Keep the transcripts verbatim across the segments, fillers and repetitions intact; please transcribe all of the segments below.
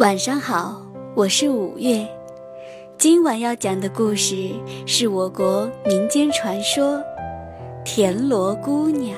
晚上好，我是五月。今晚要讲的故事是我国民间传说《田螺姑娘》。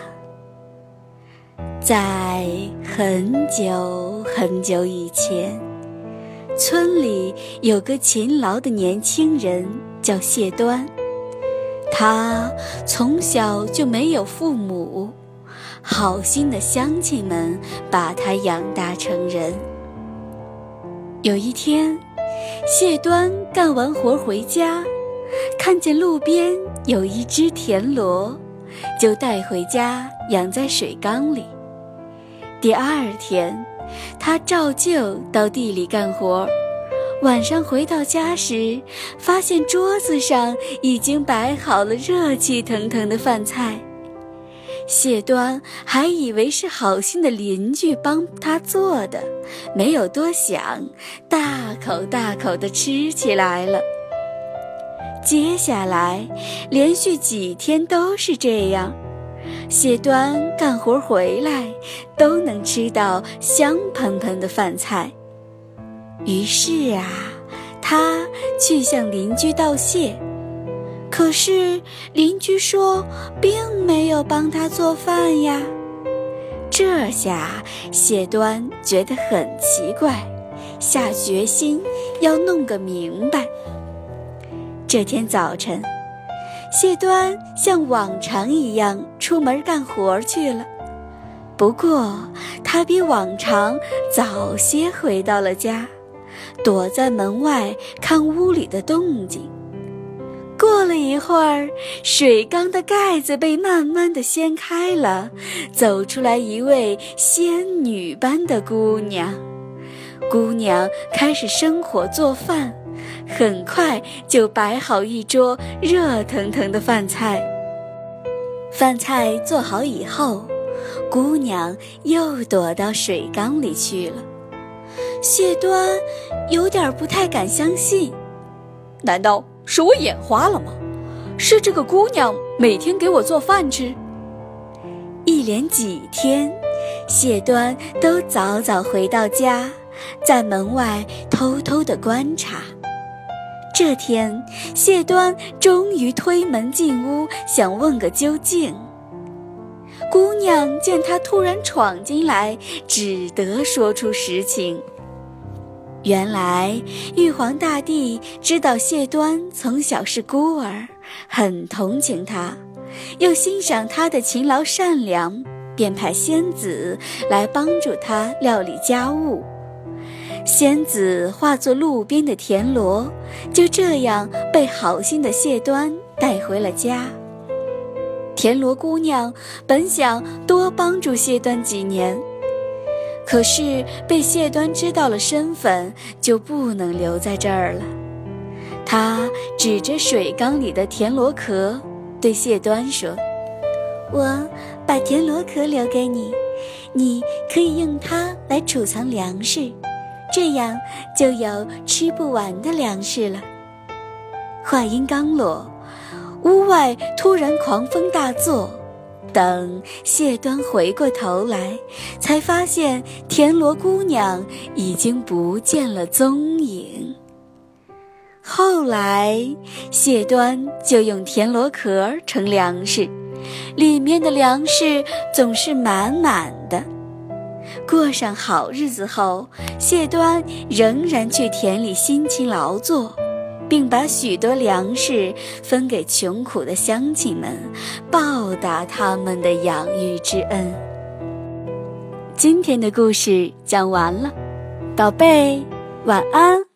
在很久很久以前，村里有个勤劳的年轻人叫谢端。他从小就没有父母，好心的乡亲们把他养大成人。有一天，谢端干完活回家，看见路边有一只田螺，就带回家养在水缸里。第二天，他照旧到地里干活，晚上回到家时，发现桌子上已经摆好了热气腾腾的饭菜。谢端还以为是好心的邻居帮他做的，没有多想，大口大口地吃起来了。接下来连续几天都是这样，谢端干活回来都能吃到香喷喷的饭菜。于是啊，他去向邻居道谢，可是邻居说并没有帮他做饭呀。这下谢端觉得很奇怪，下决心要弄个明白。这天早晨，谢端像往常一样出门干活去了，不过他比往常早些回到了家，躲在门外看屋里的动静。过了一会儿，水缸的盖子被慢慢地掀开了，走出来一位仙女般的姑娘。姑娘开始生火做饭，很快就摆好一桌热腾腾的饭菜。饭菜做好以后，姑娘又躲到水缸里去了。谢端有点不太敢相信， 难道是我眼花了吗？是这个姑娘每天给我做饭吃？ 一连几天，谢端都早早回到家，在门外偷偷地观察。这天，谢端终于推门进屋，想问个究竟。姑娘见他突然闯进来，只得说出实情。原来玉皇大帝知道谢端从小是孤儿，很同情他，又欣赏他的勤劳善良，便派仙子来帮助他料理家务。仙子化作路边的田螺，就这样被好心的谢端带回了家。田螺姑娘本想多帮助谢端几年，可是被谢端知道了身份，就不能留在这儿了。他指着水缸里的田螺壳，对谢端说：“我把田螺壳留给你，你可以用它来储藏粮食，这样就有吃不完的粮食了。”话音刚落，屋外突然狂风大作。等谢端回过头来，才发现田螺姑娘已经不见了踪影。后来谢端就用田螺壳盛粮食，里面的粮食总是满满的。过上好日子后，谢端仍然去田里辛勤劳作，并把许多粮食分给穷苦的乡亲们，报答他们的养育之恩。今天的故事讲完了，宝贝，晚安。